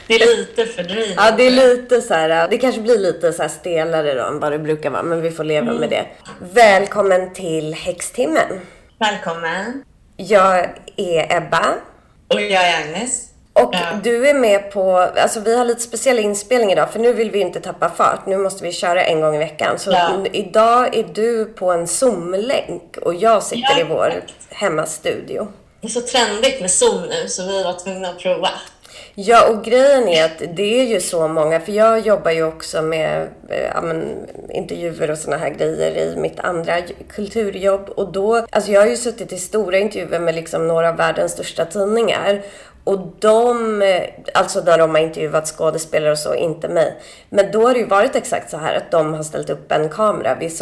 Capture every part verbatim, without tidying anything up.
Det är lite fördrivande. Ja, det är lite så här, det kanske blir lite så här stelare då än vad det brukar vara, men vi får leva mm. med det. Välkommen till Häxtimmen. Välkommen. Jag är Ebba. Och jag är Agnes. Och ja. Du är med på, alltså vi har lite speciell inspelning idag, för nu vill vi inte tappa fart. Nu måste vi köra en gång i veckan. Så ja. Idag är du på en Zoom-länk och jag sitter ja, i vår hemmastudio. Det är så trendigt med Zoom nu, så vi var tvungna att prova. Ja, och grejen är att det är ju så många, för jag jobbar ju också med ja, men, intervjuer och såna här grejer i mitt andra kulturjobb. Och då, alltså jag har ju suttit i stora intervjuer med liksom några av världens största tidningar. Och de, alltså när de har intervjuat skådespelare och så, inte mig. Men då har det ju varit exakt så här att de har ställt upp en kamera vid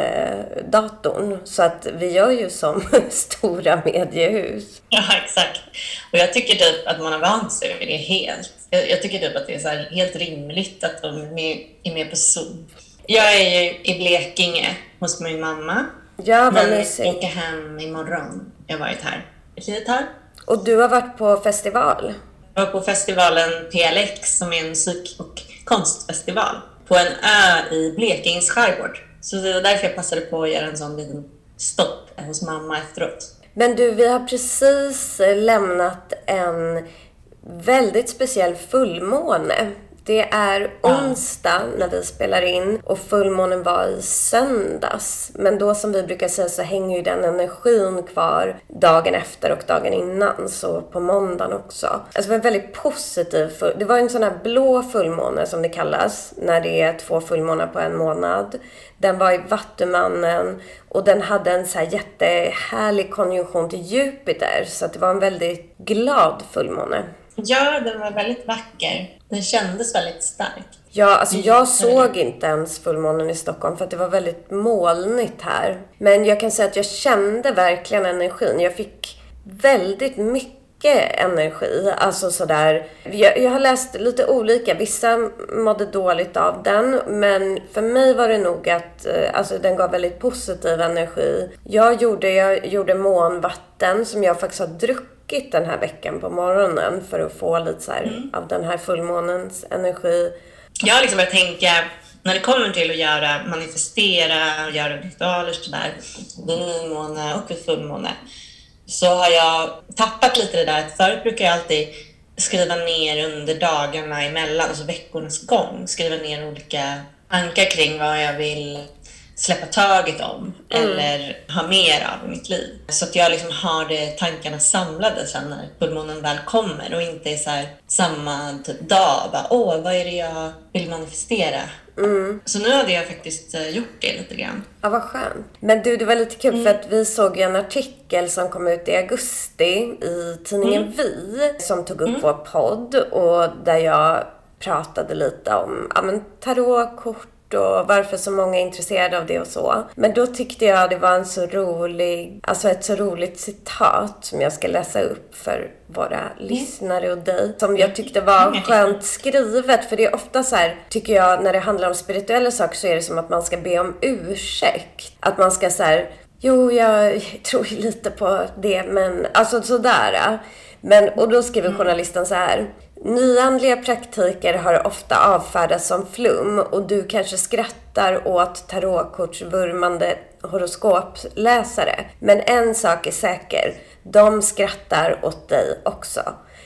Zoom-datorn. Så att vi gör ju som stora mediehus. Ja, exakt. Och jag tycker typ att man har vant sig vid det helt. Jag, jag tycker typ att det är så här helt rimligt att de är med på Zoom. Jag är ju i Blekinge hos min mamma. Ja, vad men jag åker hem imorgon. Jag har varit här ett litet tag. Och du har varit på festival? Jag var på festivalen P L X, som är en musik- och konstfestival på en ö i Blekinges skärgård. Så det var därför jag passade på att göra en sån liten stopp hos mamma efteråt. Men du, vi har precis lämnat en väldigt speciell fullmåne. Det är onsdag när vi spelar in och fullmånen var i söndags. Men då, som vi brukar säga, så hänger ju den energin kvar dagen efter och dagen innan. Så på måndagen också. Alltså det var en väldigt positiv full... Det var en sån här blå fullmåne som det kallas när det är två fullmånar på en månad. Den var i Vattumannen och den hade en så här jättehärlig konjunktion till Jupiter. Så att det var en väldigt glad fullmåne. Ja, den var väldigt vacker. Den kändes väldigt stark. Ja, alltså jag såg inte ens fullmånen i Stockholm för att det var väldigt molnigt här. Men jag kan säga att jag kände verkligen energin. Jag fick väldigt mycket energi. Alltså sådär. Jag, jag har läst lite olika. Vissa mådde dåligt av den. Men för mig var det nog att alltså, den gav väldigt positiv energi. Jag gjorde, jag gjorde månvatten som jag faktiskt har druckit den här veckan på morgonen för att få lite så här mm. av den här fullmånens energi. Jag har liksom börjat tänka, när det kommer till att göra, manifestera och göra ritualer sådär, vid nymåne och vid fullmåne, så har jag tappat lite det där. Förut brukar jag alltid skriva ner under dagarna emellan, alltså veckornas gång, skriva ner olika tankar kring vad jag vill släppa taget om mm. eller ha mer av i mitt liv. Så att jag liksom har det, tankarna samlade sen när fullmånen väl kommer och inte är så här samma typ dag. Bara, åh, vad är det jag vill manifestera? Mm. Så nu hade jag faktiskt gjort det lite grann. Ja, vad skönt. Men du, det var lite kul mm. för att vi såg en artikel som kom ut i augusti i tidningen mm. Vi som tog upp mm. vår podd och där jag pratade lite om ja, men tarotkort och varför så många är intresserade av det och så. Men då tyckte jag det var en så rolig, alltså ett så roligt citat som jag ska läsa upp för våra mm. lyssnare och dig. Som jag tyckte var skönt skrivet. För det är ofta så här, tycker jag, när det handlar om spirituella saker så är det som att man ska be om ursäkt. Att man ska så här, jo jag tror lite på det, men alltså sådär. Men, och då skriver journalisten så här: nyandliga praktiker har ofta avfärdats som flum och du kanske skrattar åt tarotkortsvurmande horoskopläsare. Men en sak är säker, de skrattar åt dig också.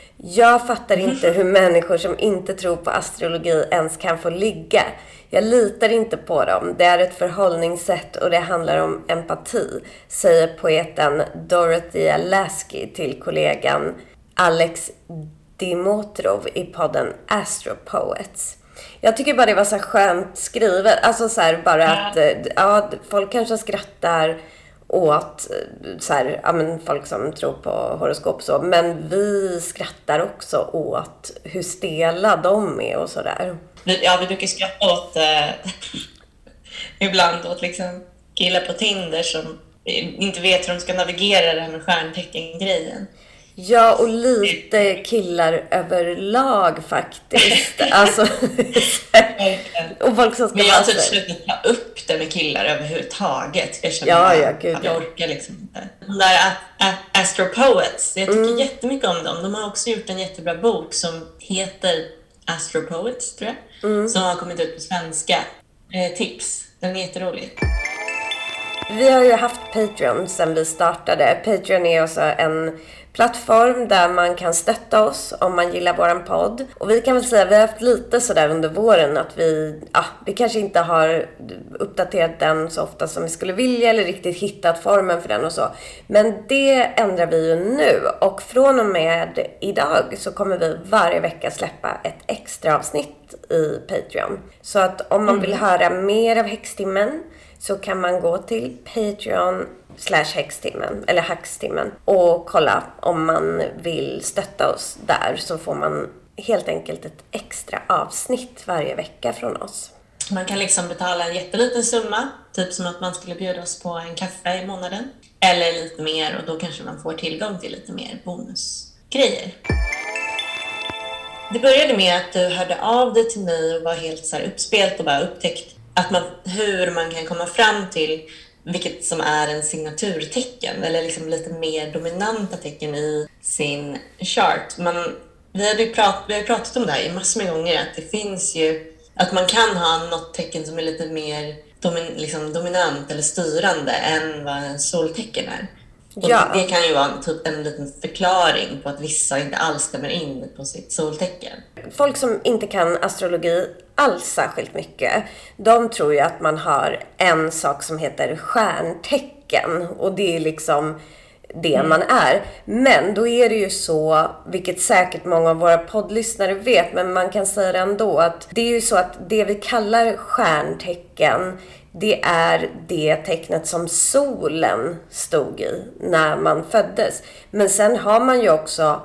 Jag fattar inte hur människor som inte tror på astrologi ens kan få ligga. Jag litar inte på dem. Det är ett förhållningssätt och det handlar om empati, säger poeten Dorothea Lasky till kollegan Alex Dimitrov i podden Astropoets. Jag tycker bara det var så skönt skrivet. Alltså så här, bara att ja, folk kanske skrattar åt så här, ja, men folk som tror på horoskop så, men vi skrattar också åt hur stela de är och sådär. Ja, vi brukar skratta åt eh, ibland åt liksom killar på Tinder som inte vet hur de ska navigera det här med stjärntecken-grejen. Ja, och lite killar överlag faktiskt. Alltså, och folk som ska men jag har typ slutat ta upp det med killar överhuvudtaget. Jag känner ja, att ja, gud, jag orkar liksom inte. De där Astropoets, jag tycker mm. jättemycket om dem. De har också gjort en jättebra bok som heter Astropoets, tror jag, mm. som har kommit ut på svenska. Eh, tips, den är jätterolig. Vi har ju haft Patreon sedan vi startade. Patreon är också en plattform där man kan stötta oss om man gillar våran podd. Och vi kan väl säga att vi har haft lite sådär under våren att vi, ja, vi kanske inte har uppdaterat den så ofta som vi skulle vilja eller riktigt hittat formen för den och så. Men det ändrar vi ju nu, och från och med idag så kommer vi varje vecka släppa ett extra avsnitt i Patreon. Så att om man vill höra mer av Häxtimmen så kan man gå till Patreon slash Häxtimmen eller Hackstimmen och kolla om man vill stötta oss där, så får man helt enkelt ett extra avsnitt varje vecka från oss. Man kan liksom betala en jätteliten summa, typ som att man skulle bjuda oss på en kaffe i månaden, eller lite mer, och då kanske man får tillgång till lite mer bonusgrejer. Det började med att du hörde av dig till mig och var helt så här uppspelt och bara upptäckt att man, hur man kan komma fram till vilket som är en signaturtecken eller liksom lite mer dominanta tecken i sin chart. Man, vi har ju prat, vi har pratat om det här i massor med gånger, att det finns ju att man kan ha något tecken som är lite mer domin, liksom dominant eller styrande än vad en soltecken är. Och ja. det, det kan ju vara typ en liten förklaring på att vissa inte alls stämmer in på sitt soltecken. Folk som inte kan astrologi alls särskilt mycket, de tror ju att man har en sak som heter stjärntecken, och det är liksom det mm. man är. Men då är det ju så, vilket säkert många av våra poddlyssnare vet, men man kan säga det ändå, att det är ju så att det vi kallar stjärntecken, det är det tecknet som solen stod i när man föddes. Men sen har man ju också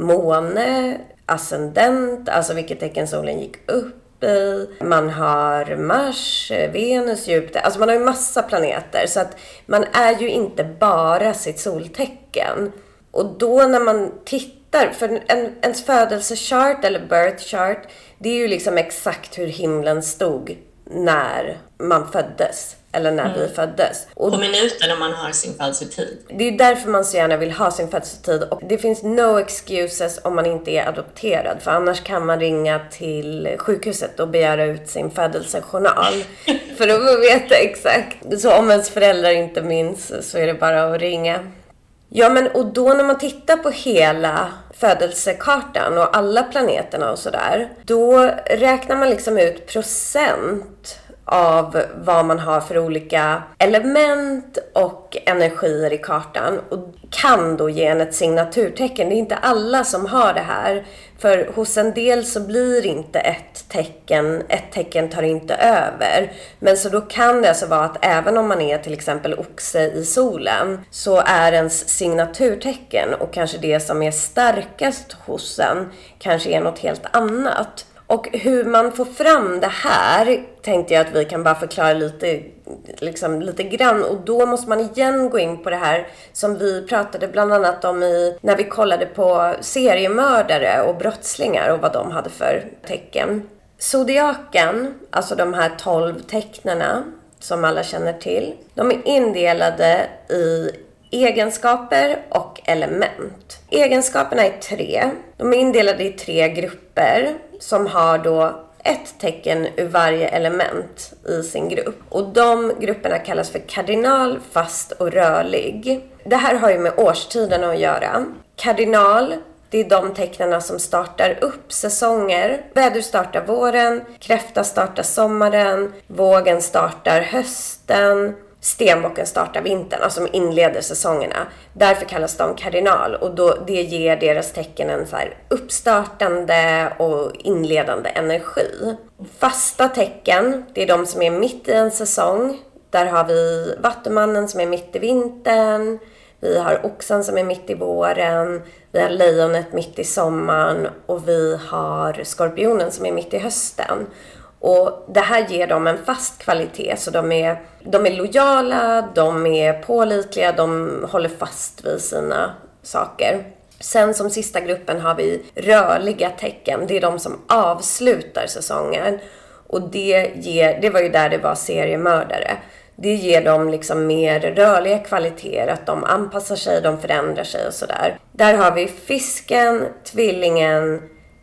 måne, ascendent, alltså vilket tecken solen gick upp i. Man har Mars, Venus, Jupiter. Alltså man har ju massa planeter. Så att man är ju inte bara sitt soltecken. Och då när man tittar, för en, ens födelsechart eller birth chart, det är ju liksom exakt hur himlen stod när man föddes. Eller när mm. vi föddes. Och på minuten om man har sin födelsetid. Det är därför man så gärna vill ha sin födelsetid. Och det finns no excuses om man inte är adopterad. För annars kan man ringa till sjukhuset och begära ut sin födelsejournal. För att få veta exakt. Så om ens föräldrar inte minns så är det bara att ringa. Ja, men och då när man tittar på hela födelsekartan och alla planeterna och sådär, då räknar man liksom ut procent av vad man har för olika element och energier i kartan, och kan då ge en ett signaturtecken. Det är inte alla som har det här, för hos en del så blir inte ett tecken, ett tecken tar inte över. Men så då kan det alltså vara att även om man är till exempel oxe i solen, så är ens signaturtecken och kanske det som är starkast hos en kanske är något helt annat. Och hur man får fram det här tänkte jag att vi kan bara förklara lite, liksom, lite grann. Och då måste man igen gå in på det här som vi pratade bland annat om i, när vi kollade på seriemördare och brottslingar och vad de hade för tecken. Zodiaken, alltså de här tolv tecknarna som alla känner till, de är indelade i egenskaper och element. Egenskaperna är tre. De är indelade i tre grupper som har då ett tecken ur varje element i sin grupp. Och de grupperna kallas för kardinal, fast och rörlig. Det här har ju med årstiderna att göra. Kardinal, det är de tecknarna som startar upp säsonger. Väder startar våren, kräfta startar sommaren, vågen startar hösten, stenbocken startar vintern, alltså som inleder säsongerna. Därför kallas de kardinal, och då, det ger deras tecken en så här uppstartande och inledande energi. Fasta tecken, det är de som är mitt i en säsong. Där har vi vattumannen som är mitt i vintern. Vi har oxen som är mitt i våren. Vi har lejonet mitt i sommaren. Och vi har skorpionen som är mitt i hösten. Och det här ger dem en fast kvalitet, så de är, de är lojala, de är pålitliga, de håller fast vid sina saker. Sen som sista gruppen har vi rörliga tecken, det är de som avslutar säsongen. Och det, ger, det var ju där det var seriemördare. Det ger dem liksom mer rörliga kvaliteter, att de anpassar sig, de förändrar sig och sådär. Där har vi fisken, tvillingen,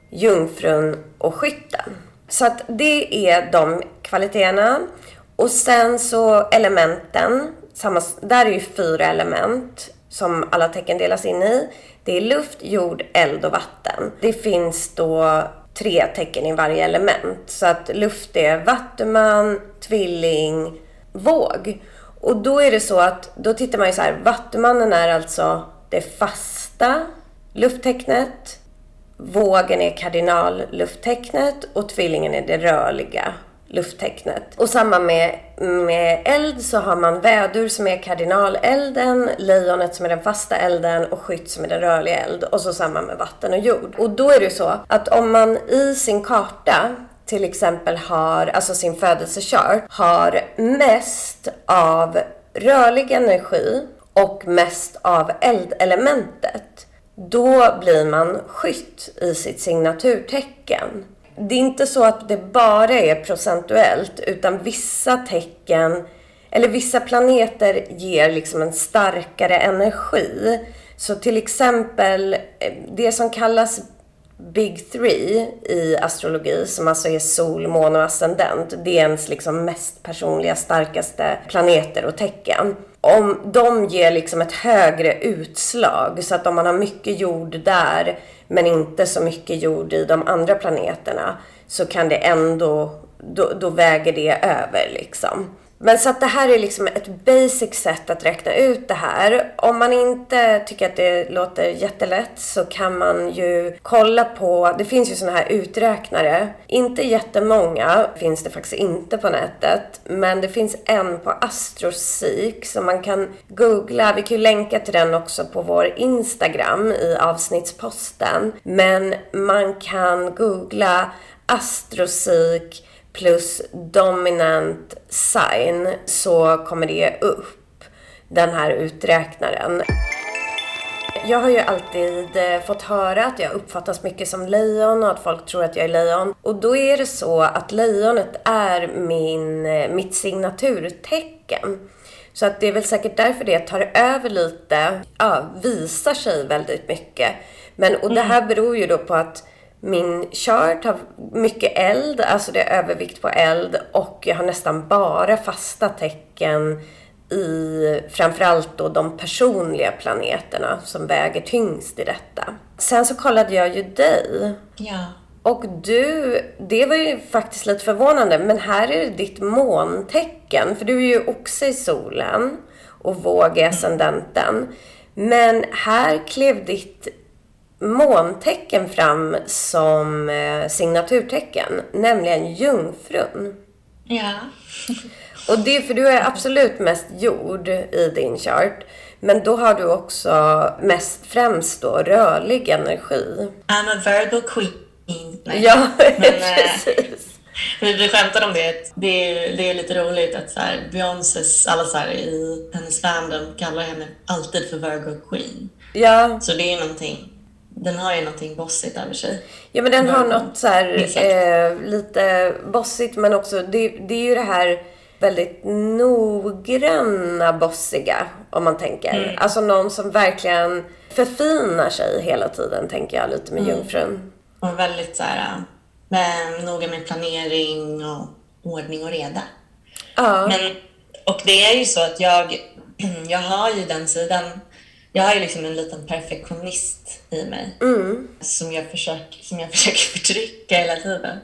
jungfrun och skytten. Så att det är de kvaliteterna. Och sen så elementen, samma, där är ju fyra element som alla tecken delas in i. Det är luft, jord, eld och vatten. Det finns då tre tecken i varje element. Så att luft är vattuman, tvilling, våg. Och då är det så att, då tittar man ju så här, vattumannen är alltså det fasta lufttecknet. Vågen är kardinallufttecknet och tvillingen är det rörliga lufttecknet. Och samma med, med eld så har man vädur som är kardinalelden, lejonet som är den fasta elden och skytt som är den rörliga eld. Och så samma med vatten och jord. Och då är det så att om man i sin karta till exempel har, alltså sin födelsechart, har mest av rörlig energi och mest av eldelementet, då blir man skytt i sitt signaturtecken. Det är inte så att det bara är procentuellt, utan vissa tecken eller vissa planeter ger liksom en starkare energi. Så till exempel det som kallas Big Three i astrologi, som alltså är sol, måne och ascendent, det är ens liksom mest personliga, starkaste planeter och tecken. Om de ger liksom ett högre utslag, så att om man har mycket jord där men inte så mycket jord i de andra planeterna, så kan det ändå, då, då väger det över liksom. Men så att det här är liksom ett basic sätt att räkna ut det här. Om man inte tycker att det låter jättelätt så kan man ju kolla på, det finns ju såna här uträknare. Inte jättemånga finns det faktiskt inte på nätet. Men det finns en på Astrosik som man kan googla. Vi kan ju länka till den också på vår Instagram i avsnittsposten. Men man kan googla Astrosik plus dominant sign, så kommer det upp den här uträknaren. Jag har ju alltid fått höra att jag uppfattas mycket som lejon och att folk tror att jag är lejon. Och då är det så att lejonet är min, mitt signaturtecken. Så att det är väl säkert därför det tar över lite, ja, visar sig väldigt mycket. Men, och det här beror ju då på att min chart har mycket eld, alltså det är övervikt på eld, och jag har nästan bara fasta tecken i framförallt då de personliga planeterna som väger tyngst i detta. Sen så kollade jag ju dig. Ja. Och du, det var ju faktiskt lite förvånande, men här är det ditt måntecken, för du är ju oxe i solen och våg i ascendenten. Men här klev ditt måntecken fram som eh, signaturtecken, nämligen jungfrun. Ja. Och det är för du är absolut mest jord i din chart, men då har du också mest främst då rörlig energi. I'm a Virgo queen. Nej. Ja, men, precis. Vi, vi skämtade om det. Det är, det är lite roligt att så här, Beyoncés, alla så här, i hennes fandom kallar henne alltid för Virgo queen. Ja. Så det är någonting. Den har ju någonting bossigt över sig. Ja, men den har något så här eh, lite bossigt, men också det, det är ju det här väldigt noggranna bossiga, om man tänker. Mm. Alltså någon som verkligen förfinar sig hela tiden, tänker jag lite med mm. jungfrun. Och väldigt så här, med, noga med planering och ordning och reda. Ja. Men, och det är ju så att jag, jag har ju den sidan. Jag har ju liksom en liten perfektionist i mig mm. som, jag försöker, som jag försöker förtrycka hela tiden.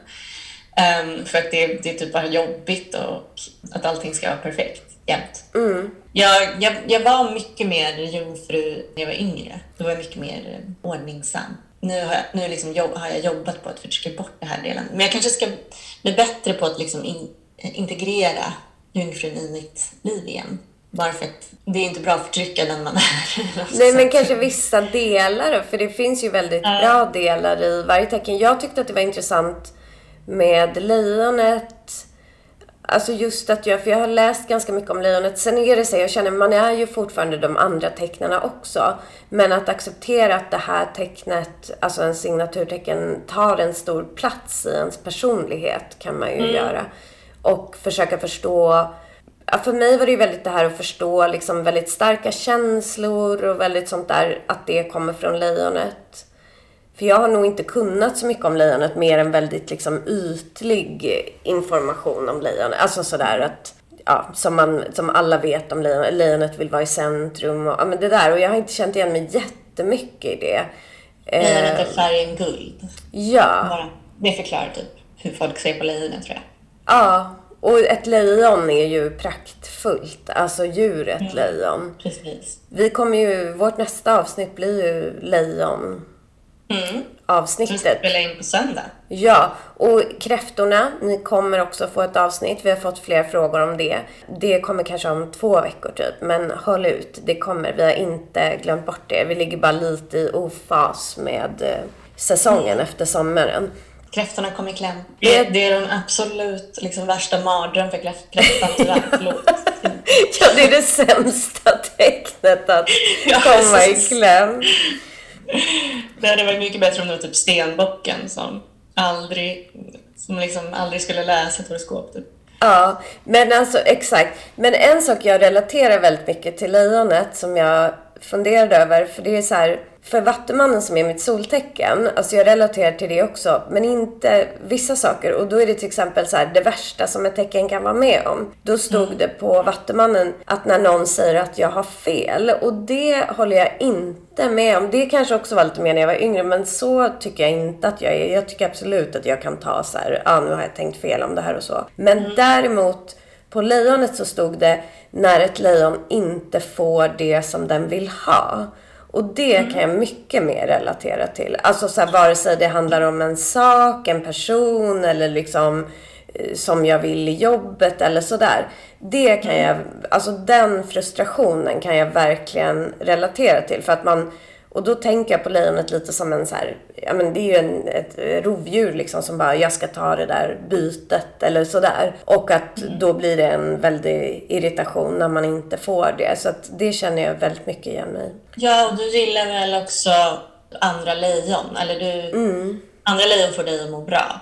Um, för att det, det är typ bara jobbigt och att allting ska vara perfekt jämt. Mm. Jag, jag, jag var mycket mer jungfru när jag var yngre. Då var jag mycket mer ordningsam. Nu, har jag, nu liksom jobb, har jag jobbat på att försöka bort den här delen. Men jag kanske ska bli bättre på att liksom in, integrera jungfrun i mitt liv igen. Bara för att det är inte bra att förtrycka den man är. Nej, men kanske vissa delar. För det finns ju väldigt uh. bra delar i varje tecken. Jag tyckte att det var intressant med lejonet. Alltså just att jag, för jag har läst ganska mycket om lejonet. Sen är det så, jag känner, man är ju fortfarande de andra tecknarna också. Men att acceptera att det här tecknet, alltså en signaturtecken, tar en stor plats i ens personlighet kan man ju mm. göra. Och försöka förstå. Ja, för mig var det ju väldigt det här att förstå liksom väldigt starka känslor och väldigt sånt där, att det kommer från lejonet. För jag har nog inte kunnat så mycket om lejonet mer än väldigt liksom ytlig information om lejonet. Alltså sådär att, ja, som, man, som alla vet om lejonet. Lejonet vill vara i centrum och ja, men det där. Och jag har inte känt igen mig jättemycket i det. Lejonet är färgen guld. Ja. Det förklarar typ hur folk ser på lejonet, tror jag. Ja, och ett lejon är ju praktfullt. Alltså djuret mm. lejon. Precis. Vi kommer ju, vårt nästa avsnitt blir ju lejon. Mm. Avsnittet. Som ska spela in på söndag. Ja, och kräftorna, ni kommer också få ett avsnitt. Vi har fått fler frågor om det. Det kommer kanske om två veckor typ. Men håll ut, det kommer. Vi har inte glömt bort det. Vi ligger bara lite i ofas med eh, säsongen mm. efter sommaren. Kräftorna kommer i kläm. Det, det är den absolut liksom, värsta mardröm för kräftan, tyvärr. Förlåt. Ja, det är det sämsta tecknet att ja, komma i kläm. Det hade varit mycket bättre om det var typ stenbocken som aldrig, som liksom aldrig skulle läsa ett horoskop typ. Ja, men alltså exakt. Men en sak jag relaterar väldigt mycket till lejonet som jag funderade över, för det är så här, för Vattumannen som är mitt soltecken, alltså jag relaterar till det också, men inte vissa saker. Och då är det till exempel så här, det värsta som ett tecken kan vara med om. Då stod mm. det på Vattumannen att när någon säger att jag har fel, och det håller jag inte med om. Det kanske också var lite mer när jag var yngre, men så tycker jag inte att jag är. Jag tycker absolut att jag kan ta så här, ja, nu har jag tänkt fel om det här och så. Men mm. däremot på lejonet så stod det när ett lejon inte får det som den vill ha. Och det mm. kan jag mycket mer relatera till. Alltså så här, vare sig det handlar om en sak, en person eller liksom som jag vill i jobbet eller sådär. Det kan jag, alltså den frustrationen kan jag verkligen relatera till. För att man, och då tänker jag på lejonet lite som en så här, ja men det är ju en, ett rovdjur liksom som bara, jag ska ta det där bytet eller sådär. Och att då blir det en väldig irritation när man inte får det. Så att det känner jag väldigt mycket igen mig. Ja, och du gillar väl också andra lejon? Eller du, mm. andra lejon får dig att må bra?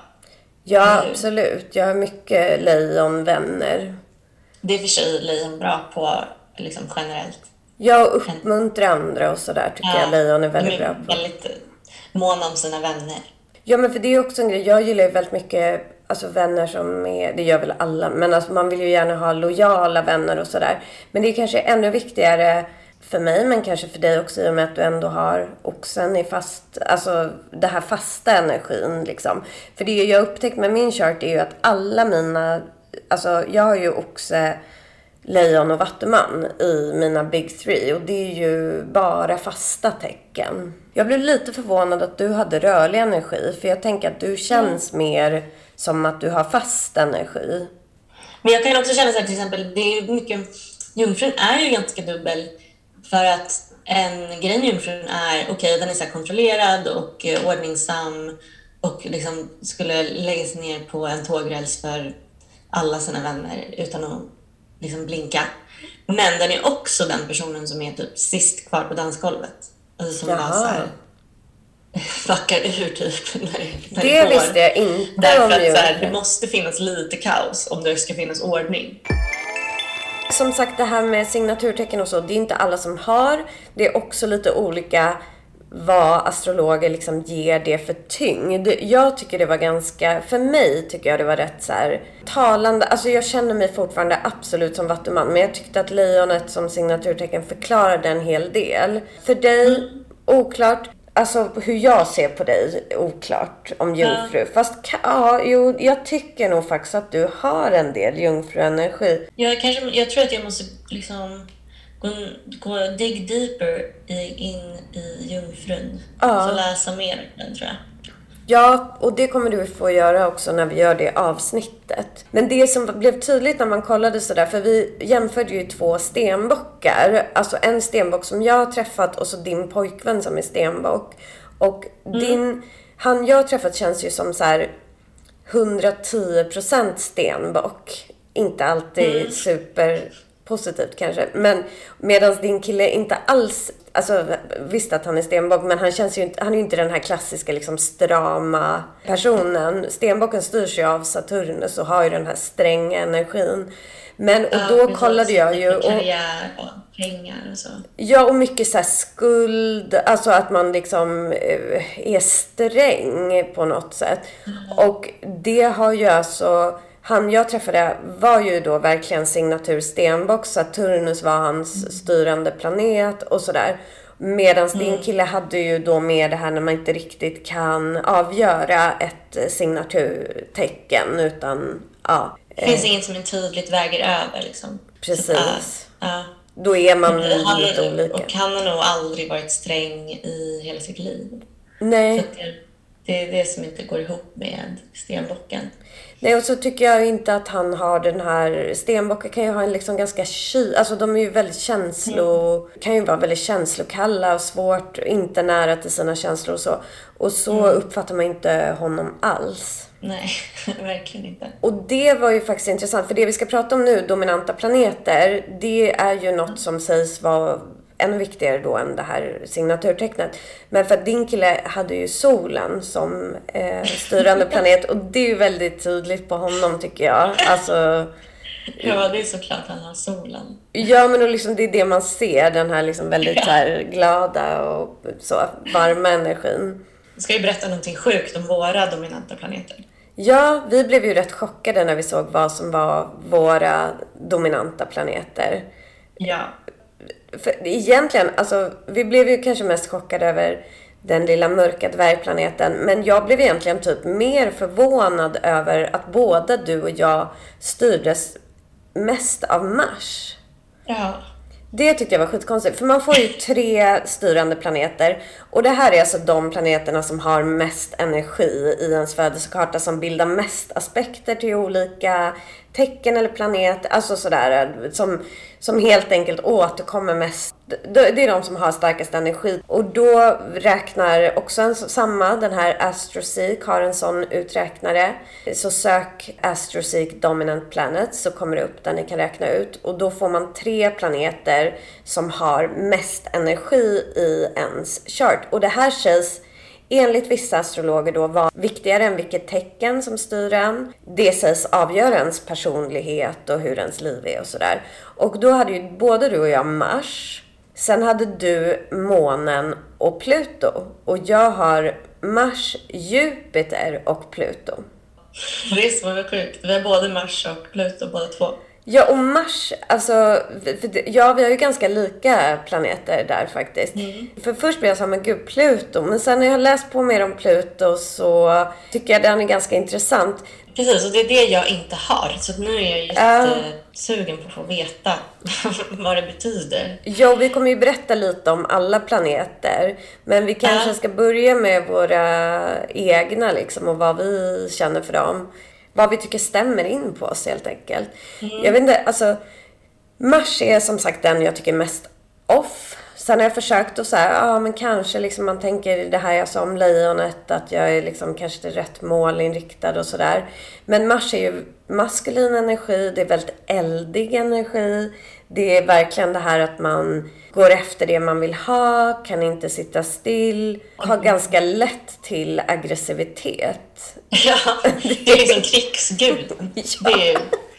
Ja, absolut. Jag har mycket lejonvänner. Det är för sig lejon bra på liksom generellt. Ja, och uppmuntra andra och sådär tycker ja, jag lejon är väldigt bra på. Väldigt mån om sina vänner. Ja, men för det är också en grej. Jag gillar ju väldigt mycket alltså vänner som är, det gör väl alla, men alltså man vill ju gärna ha lojala vänner och sådär. Men det är kanske ännu viktigare för mig, men kanske för dig också i och med att du ändå har oxen i fast, alltså det här fasta energin liksom. För det jag upptäckt med min chart är ju att alla mina, alltså jag har ju oxe, lejon och vattuman i mina big three. Och det är ju bara fasta tecken. Jag blev lite förvånad att du hade rörlig energi. För jag tänker att du känns mm. mer som att du har fast energi. Men jag kan också känna så här, till exempel, det är mycket, jungfrun är ju ganska dubbel. För att en grej med jungfrun är, okej, okay, den är så här kontrollerad och eh, ordningsam. Och liksom skulle lägga sig ner på en tågräls för alla sina vänner utan att liksom blinka. Men den är också den personen som är typ sist kvar på dansgolvet. Alltså som bara så här fuckar ur typ när, när det, det visste jag inte. Därför att så här, det måste finnas lite kaos om det ska finnas ordning. Som sagt, det här med signaturtecken och så, det är inte alla som har. Det är också lite olika vad astrologer liksom ger det för tyngd. Jag tycker det var ganska, för mig tycker jag det var rätt så här talande. Alltså jag känner mig fortfarande absolut som vattuman, men jag tyckte att lejonet som signaturtecken förklarade en hel del. För dig, mm. oklart. Alltså hur jag ser på dig, oklart om jungfru. Ja. Fast ja, jo, jag tycker nog faktiskt att du har en del jungfruenergi. Jag, kanske, jag tror att jag måste liksom gå, gå dig deeper in i jungfrun. Ja. Så läsa mer den, tror jag. Ja, och det kommer du få göra också när vi gör det avsnittet. Men det som blev tydligt när man kollade sådär, för vi jämförde ju två stenbockar. Alltså en stenbock som jag har träffat och så din pojkvän som är stenbock. Och mm. din, han jag har träffat känns ju som så här hundratio procent stenbock. Inte alltid mm. super positivt kanske. Men medan din kille inte alls, alltså visst att han är stenbock, men han känns ju inte, han är ju inte den här klassiska liksom strama personen. Stenbocken styrs ju av Saturnus och har ju den här stränga energin. Men och då ja, kollade jag ju och, karriär och pengar och så. Ja, och mycket så här skuld, alltså att man liksom är sträng på något sätt. Mm. Och det har ju alltså, han jag träffade var ju då verkligen signatur stenbock. Saturnus var hans mm. styrande planet och sådär. Medan mm. din kille hade ju då med det här när man inte riktigt kan avgöra ett signaturtecken utan ja. Det finns eh, inget som tydligt väger över liksom. Precis. Att, uh, uh. Då är man han, lite olika. Och han har nog aldrig varit sträng i hela sitt liv. Nej. Så det, det är det som inte går ihop med stenbocken. Nej, och så tycker jag inte att han har den här... Stenbockar kan ju ha en liksom ganska ky... Alltså de är ju väldigt känslo... Mm. Kan ju vara väldigt känslokalla och svårt, inte nära till sina känslor och så. Och så mm. uppfattar man inte honom alls. Nej, verkligen inte. Och det var ju faktiskt intressant. För det vi ska prata om nu, dominanta planeter, det är ju något som sägs vara ännu viktigare då än det här signaturtecknet. Men för att din kille hade ju solen som eh, styrande planet. Och det är ju väldigt tydligt på honom tycker jag. Alltså... Ja, det är såklart han har solen. Ja, men och liksom, det är det man ser. Den här liksom väldigt ja. så här, glada och så varma energin. Jag ska ju berätta någonting sjukt om våra dominanta planeter. Ja, vi blev ju rätt chockade när vi såg vad som var våra dominanta planeter. Ja. För egentligen, alltså, vi blev ju kanske mest chockade över den lilla mörka dvärgplaneten. Men jag blev egentligen typ mer förvånad över att båda du och jag styrdes mest av Mars. Ja. Det tyckte jag var skitkonstigt. För man får ju tre styrande planeter. Och det här är alltså de planeterna som har mest energi i ens födelsekarta. Som bildar mest aspekter till olika tecken eller planeter. Alltså sådär. Som, som helt enkelt återkommer mest. Det är de som har starkast energi. Och då räknar också en, samma, den här AstroSeek har en sån uträknare. Så sök AstroSeek Dominant Planets så kommer det upp där ni kan räkna ut. Och då får man tre planeter som har mest energi i ens chart. Och det här sägs enligt vissa astrologer då vara viktigare än vilket tecken som styr en. Det sägs avgöra ens personlighet och hur ens liv är och sådär. Och då hade ju både du och jag Mars. Sen hade du månen och Pluto. Och jag har Mars, Jupiter och Pluto. Det är så sjukt. Vi har både Mars och Pluto båda två. Ja, och Mars, alltså, för, ja, vi har ju ganska lika planeter där faktiskt. Mm. För först blev jag så här, men gud, Pluto. Men sen när jag har läst på mer om Pluto så tycker jag den är ganska intressant. Precis, och det är det jag inte har. Så nu är jag jättesugen på att få veta vad det betyder. Ja, vi kommer ju berätta lite om alla planeter. Men vi kanske uh. ska börja med våra egna liksom, och vad vi känner för dem. Vad vi tycker stämmer in på oss helt enkelt. Mm. Jag vet inte, alltså Mars är som sagt den jag tycker mest off. Sen har jag försökt att säga, ja men kanske liksom man tänker det här jag sa om lejonet, att jag är liksom kanske rätt målinriktad och sådär. Men Mars är ju maskulin energi, det är väldigt eldig energi. Det är verkligen det här att man går efter det man vill ha, kan inte sitta still, har ganska lätt till aggressivitet. Ja, det är liksom krigsguden. Ja. Det är,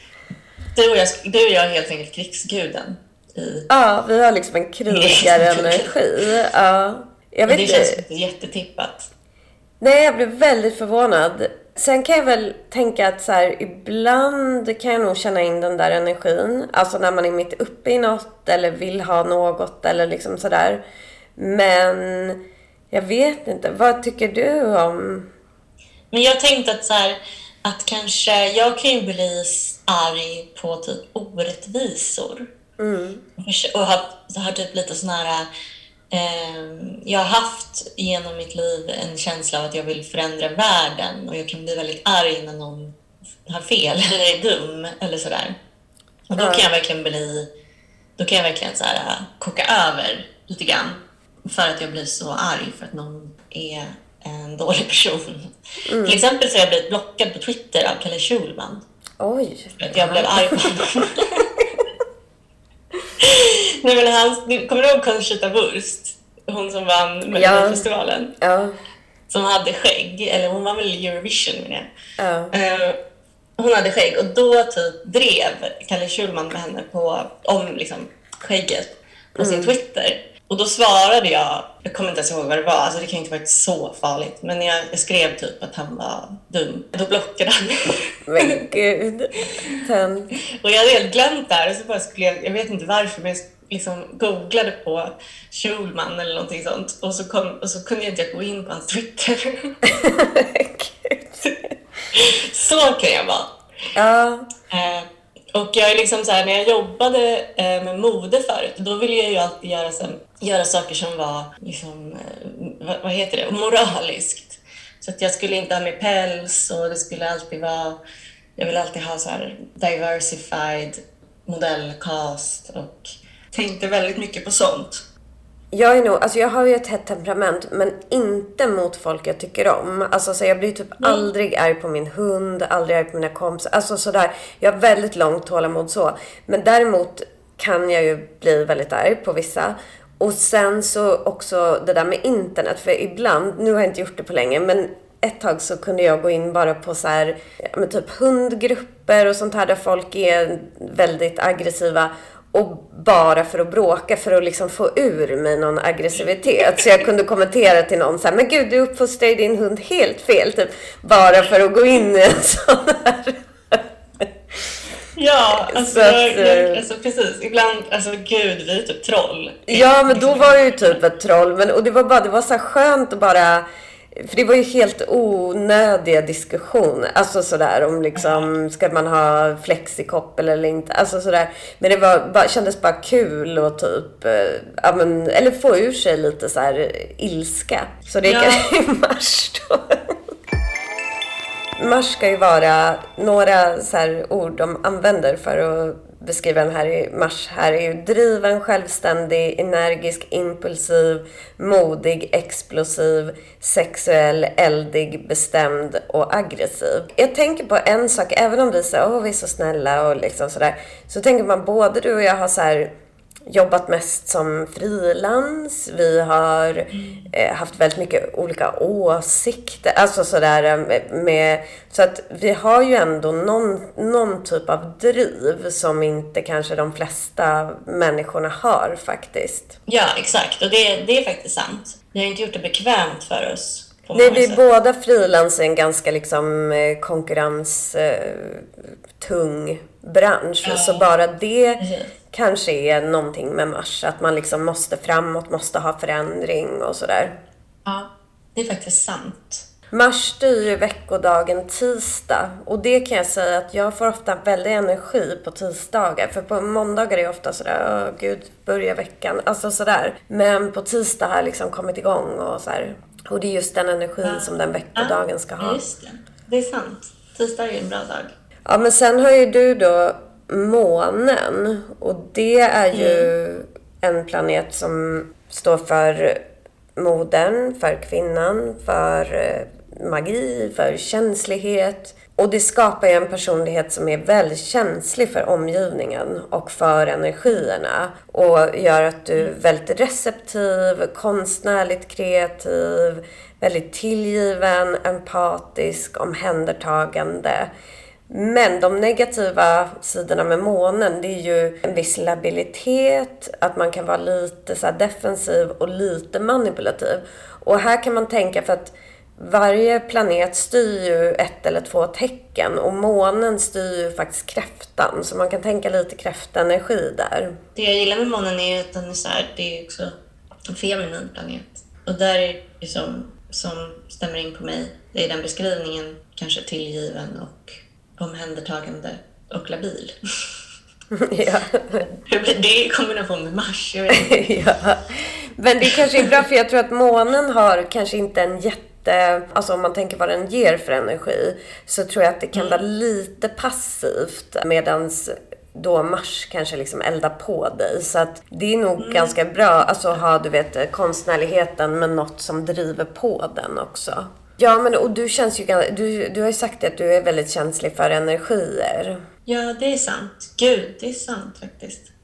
du, och jag, du och jag är helt enkelt krigsguden. I... Ja, vi har liksom en krigarenergi. Ja. Jag vet det känns inte jättetippat. Nej, jag blev väldigt förvånad. Sen kan jag väl tänka att så här, ibland kan jag nog känna in den där energin. Alltså när man är mitt uppe i något eller vill ha något eller liksom sådär. Men jag vet inte. Vad tycker du om... Men jag tänkte att så här, att kanske jag kan ju bli arg på typ orättvisor. Mm. Och har, har typ lite sån här... Jag har haft genom mitt liv en känsla av att jag vill förändra världen. Och jag kan bli väldigt arg när någon har fel eller är dum eller sådär. Och då kan jag verkligen bli... Då kan jag verkligen så här, koka över lite grann. För att jag blir så arg för att någon är en dålig person. Mm. Till exempel så har jag blivit blockad på Twitter av Kalle Schulman. Oj. För att jag blev arg på honom. Nej, men han, du kommer du ihåg Conchita Wurst? Hon som vann Melodifestivalen. Ja. Ja. Som hade skägg, eller hon var väl i Eurovision med Ja. uh, Hon hade skägg och då typ drev Kalle Schulman med henne på, om liksom skägget på sin mm. Twitter. Och då svarade jag, jag kommer inte ens ihåg vad det var, alltså det kan inte varit så farligt, men jag, jag skrev typ att han var dum. Då blockade han. Men gud. Ten. Och jag hade helt glömt det här, och så bara skulle jag, jag vet inte varför, men jag liksom googlade på Schulman eller någonting sånt, och så, kom, och så kunde jag inte gå in på hans Twitter. Så kan jag vara. Ja. Eh, och jag är liksom så här, när jag jobbade eh, med mode förut, då ville jag ju alltid göra, så, göra saker som var liksom, eh, vad, vad heter det, moraliskt. Så att jag skulle inte ha med päls, och det skulle alltid vara, jag vill alltid ha så här diversified modellcast, och tänkte väldigt mycket på sånt. Jag är nog, alltså jag har ju ett hett temperament, men inte mot folk jag tycker om. Alltså så jag blir typ mm. aldrig arg på min hund, aldrig arg på mina kompisar. Alltså sådär, jag har väldigt långt tålamod så. Men däremot kan jag ju bli väldigt arg på vissa. Och sen så också det där med internet, för ibland, nu har jag inte gjort det på länge, men ett tag så kunde jag gå in bara på så här, med typ hundgrupper och sånt här där folk är väldigt aggressiva. Och bara för att bråka, för att liksom få ur mig någon aggressivitet. Så jag kunde kommentera till någon så här: men gud, du uppfostrar din hund helt fel. Typ, bara för att gå in i en sån här. Ja, alltså, att, jag, alltså precis. Ibland, alltså gud, vi är typ troll. Ja, men då var det ju typ ett troll. Men, och det var bara, det var så här skönt att bara... För det var ju helt onödiga diskussioner. Alltså sådär om liksom, ska man ha flexikoppel eller inte. Alltså sådär. Men det var, bara, kändes bara kul och typ, ja men, eller få ur sig lite så här ilska. Så det är kanske i mars då. Mars ska ju vara några så här ord de använder för att beskriva den här i mars. Här är ju driven, självständig, energisk, impulsiv, modig, explosiv, sexuell, eldig, bestämd och aggressiv. Jag tänker på en sak, även om vi säger åh vi är så snälla och liksom sådär, så tänker man både du och jag har så här jobbat mest som frilans. Vi har eh, haft väldigt mycket olika åsikter. Alltså sådär med... Så att vi har ju ändå någon, någon typ av driv som inte kanske de flesta människorna har faktiskt. Ja, exakt. Och det, det är faktiskt sant. Vi har inte gjort det bekvämt för oss. Nej, vi är båda frilans i en ganska liksom konkurrenstung eh, bransch. Ja. Så bara det... Mm. Kanske är någonting med mars, att man liksom måste framåt, måste ha förändring och sådär. Ja, det är faktiskt sant. Mars styr veckodagen tisdag, och det kan jag säga att jag får ofta väldigt energi på tisdagar. För på måndagar är jag ofta sådär, åh gud, börja veckan, alltså sådär. Men på tisdag har jag liksom kommit igång och sådär. Och det är just den energin ja. som den veckodagen ska ha. Ja, just det. Det är sant. Tisdag är en bra dag. Ja, men sen har ju du då månen, och det är ju mm. en planet som står för modern, för kvinnan, för magi, för känslighet, och det skapar ju en personlighet som är väldigt känslig för omgivningen och för energierna, och gör att du är väldigt receptiv, konstnärligt kreativ, väldigt tillgiven, empatisk, omhändertagande. Men de negativa sidorna med månen, det är ju en viss labilitet, att man kan vara lite så här defensiv och lite manipulativ. Och här kan man tänka, för att varje planet styr ju ett eller två tecken, och månen styr ju faktiskt kräftan, så man kan tänka lite kräftenergi där. Det jag gillar med månen är att den är så här, det är också en feminin planet. Och där är det som, som stämmer in på mig, det är den beskrivningen, kanske tillgiven och omhändertagande och labil. Ja. Det är i kombination med Mars, jag vet inte. Ja. Men det kanske är bra, för jag tror att månen har kanske inte en jätte... Alltså om man tänker vad den ger för energi, så tror jag att det kan mm. vara lite passivt, medans då Mars kanske liksom eldar på dig. Så att det är nog mm. ganska bra, alltså ha, du vet, konstnärligheten, men något som driver på den också. Ja, men och du känns ju, du, du har ju sagt att du är väldigt känslig för energier. Ja, det är sant. Gud, det är sant faktiskt.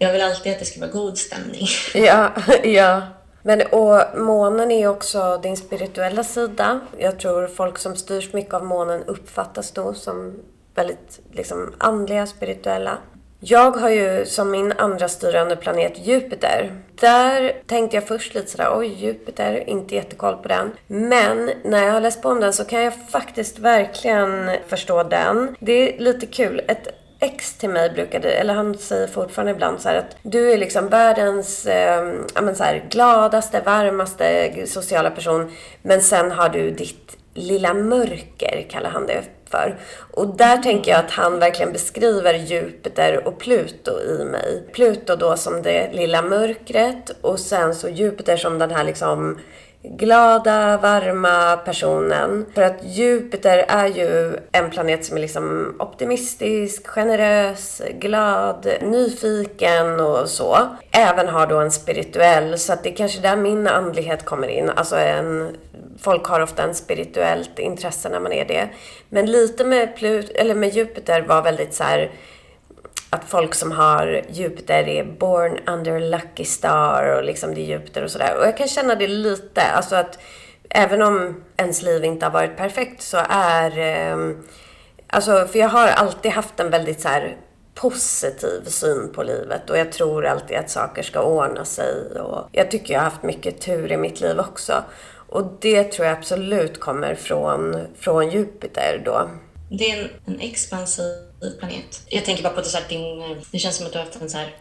jag vill alltid att det ska vara god stämning. Ja, ja. Men och månen är också din spirituella sida. Jag tror folk som styrs mycket av månen uppfattas då som väldigt liksom andliga, spirituella. Jag har ju som min andra styrande planet Jupiter. Där tänkte jag först lite sådär, oj Jupiter, inte jättekoll på den. Men när jag har läst på om den så kan jag faktiskt verkligen förstå den. Det är lite kul. Ett ex till mig brukade, eller han säger fortfarande ibland så här att du är liksom världens eh, ja, men så här, gladaste, varmaste sociala person. Men sen har du ditt lilla mörker, kallar han det för. Och där tänker jag att han verkligen beskriver Jupiter och Pluto i mig. Pluto då som det lilla mörkret och sen så Jupiter som den här liksom glada, varma personen. För att Jupiter är ju en planet som är liksom optimistisk, generös, glad, nyfiken och så. Även har då en spirituell, så att det är kanske där min andlighet kommer in. Alltså en, folk har ofta en spirituellt intresse när man är det. Men lite med, Plut- eller med Jupiter var väldigt så här att folk som har Jupiter är born under lucky star och liksom det är Jupiter och sådär. Och jag kan känna det lite, alltså att även om ens liv inte har varit perfekt så är, eh, alltså för jag har alltid haft en väldigt så här positiv syn på livet och jag tror alltid att saker ska ordna sig och jag tycker jag har haft mycket tur i mitt liv också. Och det tror jag absolut kommer från, från Jupiter då. Det är en, en expansiv planet. Jag tänker bara på det så här, din, det känns som att du har haft en så här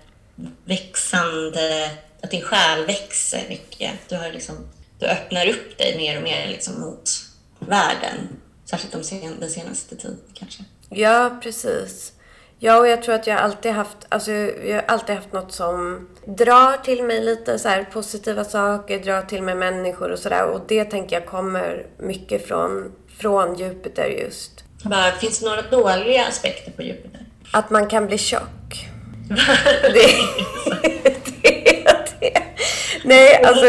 växande, att din själ växer mycket. Du har liksom, du öppnar upp dig mer och mer liksom mot världen. Särskilt de sen, den senaste tiden kanske. Ja, precis. Ja, och jag tror att jag alltid haft, alltså jag har alltid haft något som drar till mig lite så här positiva saker, drar till mig människor och sådär. Och det tänker jag kommer mycket från, från Jupiter just. Bara, finns det några dåliga aspekter på Jupiter? Att man kan bli tjock. det, det är det. Nej, alltså...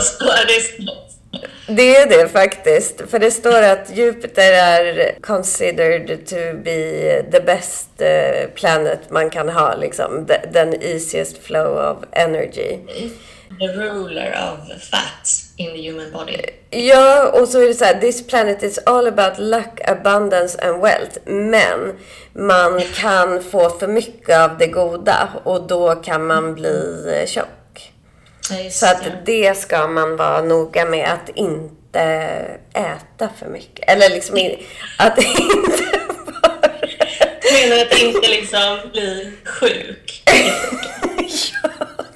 Det är det faktiskt. För det står att Jupiter är considered to be the best uh, planet man kan ha. Liksom. The, the easiest flow of energy. The ruler of fat in the human body. Ja, och så är det så här, this planet is all about luck, abundance and wealth. Men man kan få för mycket av det goda och då kan man bli tjock. Just så att ja. det ska man vara noga med att inte äta för mycket. Eller liksom att inte vara... Du menar att inte liksom bli sjuk? Ja.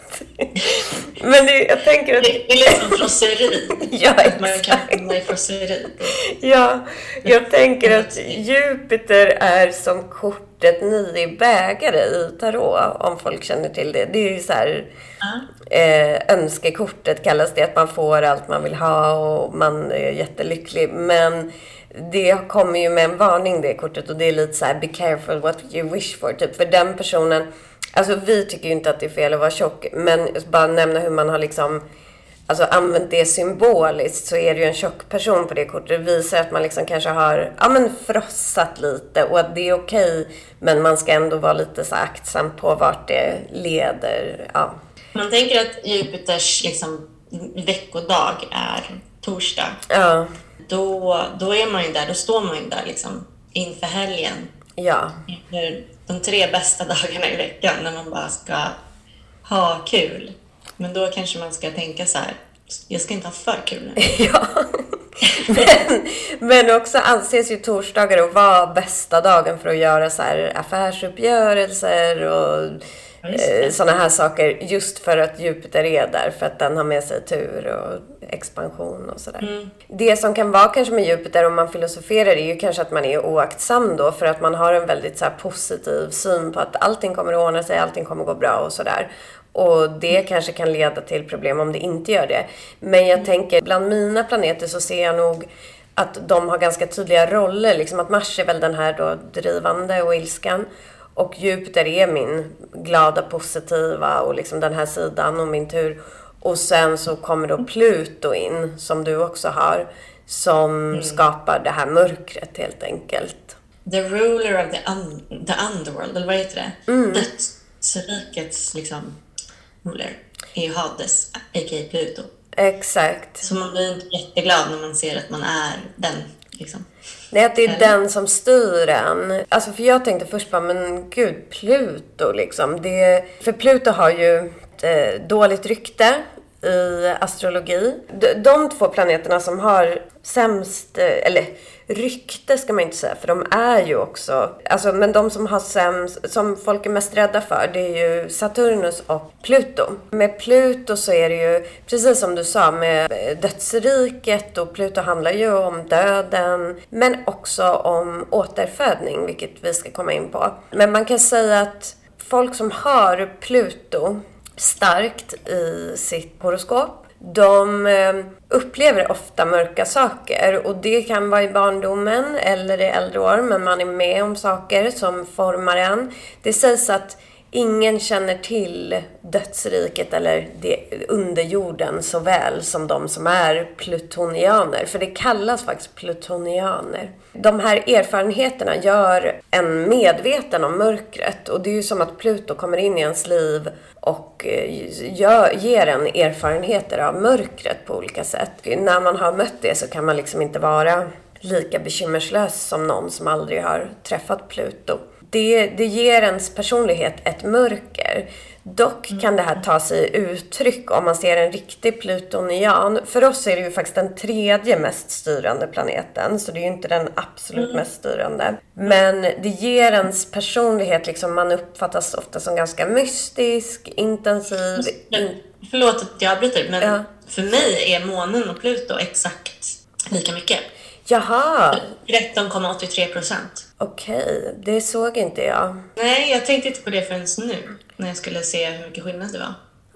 Men det, jag tänker att... Det är liksom frosseri. Ja, att man kan komma i frosseri. Ja, jag tänker att Jupiter är som kortet nio bägare i tarot, om folk känner till det. Det är ju så här, eh, önskekortet kallas det, att man får allt man vill ha och man är jättelycklig. Men det kommer ju med en varning, det kortet, och det är lite så här, be careful what you wish for, typ. För den personen, alltså vi tycker ju inte att det är fel att vara tjock, men bara nämna hur man har liksom alltså använt det symboliskt, så är det ju en tjock person på det kortet. Det visar att man liksom kanske har ja, men frossat lite och att det är okej, men man ska ändå vara lite så aktsam på vart det leder. Ja. Man tänker att Jupiters liksom veckodag är torsdag. Ja. Då, då är man ju där, då står man ju där liksom inför helgen. Ja. Inför de tre bästa dagarna i veckan när man bara ska ha kul. Men då kanske man ska tänka så här, jag ska inte ha för kul nu. Ja. Men, men också anses ju torsdagar att vara bästa dagen för att göra så här affärsuppgörelser och eh, sådana här saker. Just för att Jupiter är där, för att den har med sig tur och expansion och sådär. Mm. Det som kan vara kanske med Jupiter om man filosoferar är ju kanske att man är oaktsam då, för att man har en väldigt så här positiv syn på att allting kommer att ordna sig, allting kommer att gå bra och sådär. Och det kanske kan leda till problem om det inte gör det. Men jag tänker, bland mina planeter så ser jag nog att de har ganska tydliga roller. Liksom att Mars är väl den här då drivande och ilskan. Och Jupiter är min glada, positiva och liksom den här sidan och min tur. Och sen så kommer då Pluto in, som du också har, som mm. skapar det här mörkret helt enkelt. The ruler of the, un- the underworld, eller vad heter det? Mm. Döds, dödsrikets liksom ruler är ju Hades, a k a. Pluto. Exakt. Så man blir inte jätteglad när man ser att man är den liksom. Nej, att det är den som styr en. Alltså för jag tänkte först bara, men gud, Pluto liksom. Det, för Pluto har ju ett eh, dåligt rykte i astrologi. De, de två planeterna som har sämst, eh, eller rykte ska man inte säga, för de är ju också, alltså, men de som har sämst, som folk är mest rädda för, det är ju Saturnus och Pluto. Med Pluto så är det ju, precis som du sa, med dödsriket, och Pluto handlar ju om döden, men också om återfödning, vilket vi ska komma in på. Men man kan säga att folk som har Pluto starkt i sitt horoskop, de upplever ofta mörka saker, och det kan vara i barndomen eller i äldre år, men man är med om saker som formar en. Det sägs att ingen känner till dödsriket eller det underjorden så väl som de som är plutonianer, för det kallas faktiskt plutonianer. De här erfarenheterna gör en medveten om mörkret, och det är ju som att Pluto kommer in i ens liv och gör, ger en erfarenheter av mörkret på olika sätt. När man har mött det så kan man liksom inte vara lika bekymmerslös som någon som aldrig har träffat Pluto. Det, det ger ens personlighet ett mörker. Dock kan det här ta sig uttryck om man ser en riktig plutonian. För oss är det ju faktiskt den tredje mest styrande planeten, så det är ju inte den absolut mest styrande. Men det ger ens personlighet, liksom, man uppfattas ofta som ganska mystisk, intensiv. In... Förlåt att jag avbryter, men ja. För mig är månen och Pluto exakt lika mycket. Jaha. tretton komma åttiotre procent. Okej, det såg inte jag. Nej, jag tänkte inte på det förrän nu, när jag skulle se hur mycket skillnad det var.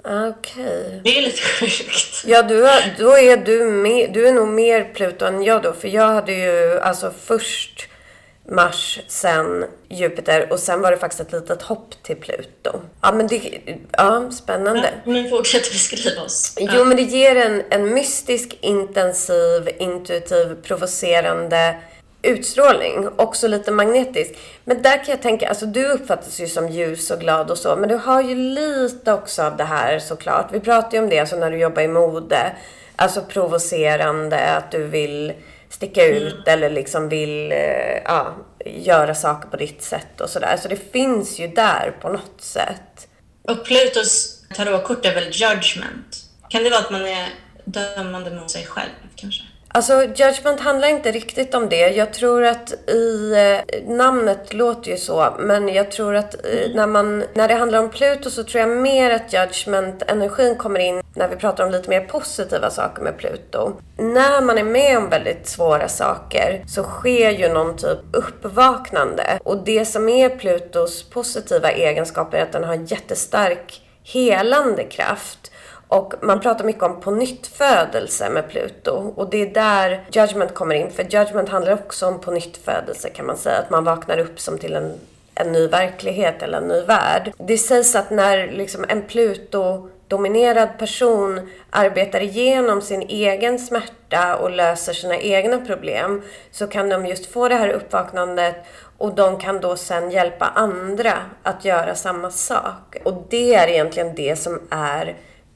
Okej. Det är lite sjukt. Ja, du, då är du, med, du är nog mer Pluto än jag då. För jag hade ju alltså först Mars, sen Jupiter, och sen var det faktiskt ett litet hopp till Pluto. Ja, men det, ja, spännande. Ja, men fortsätt beskriva oss. Ja. Jo, men det ger en, en mystisk, intensiv, intuitiv, provocerande utstrålning. Också lite magnetisk. Men där kan jag tänka, alltså du uppfattas ju som ljus och glad och så. Men du har ju lite också av det här såklart. Vi pratar ju om det alltså när du jobbar i mode. Alltså provocerande, att du vill sticka ut mm. eller liksom vill ja, göra saker på ditt sätt och sådär. Så det finns ju där på något sätt. Och Plutos tarotkort är väl judgment? Kan det vara att man är dömande mot sig själv kanske? Alltså, judgment handlar inte riktigt om det. Jag tror att i eh, namnet låter ju så, men jag tror att eh, när, man, när det handlar om Pluto så tror jag mer att judgment-energin kommer in när vi pratar om lite mer positiva saker med Pluto. När man är med om väldigt svåra saker så sker ju någon typ uppvaknande. Och det som är Plutos positiva egenskaper är att den har jättestark helande kraft. Och man pratar mycket om pånyttfödelse med Pluto. Och det är där judgment kommer in. För judgment handlar också om pånyttfödelse, kan man säga. Att man vaknar upp som till en, en ny verklighet eller en ny värld. Det sägs att när liksom en Pluto-dominerad person arbetar igenom sin egen smärta och löser sina egna problem, så kan de just få det här uppvaknandet. Och de kan då sen hjälpa andra att göra samma sak. Och det är egentligen det som är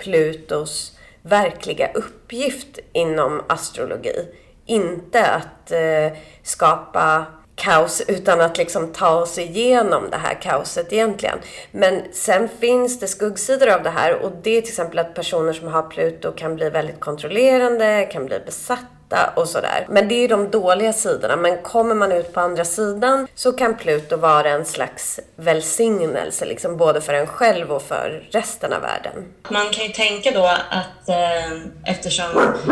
Plutos verkliga uppgift inom astrologi. Inte att eh, skapa kaos, utan att liksom ta oss igenom det här kaoset egentligen. Men sen finns det skuggsidor av det här, och det är till exempel att personer som har Pluto kan bli väldigt kontrollerande, kan bli besatta och sådär. Men det är de dåliga sidorna. Men kommer man ut på andra sidan så kan Pluto vara en slags välsignelse, liksom både för en själv och för resten av världen. Man kan ju tänka då att eh, eftersom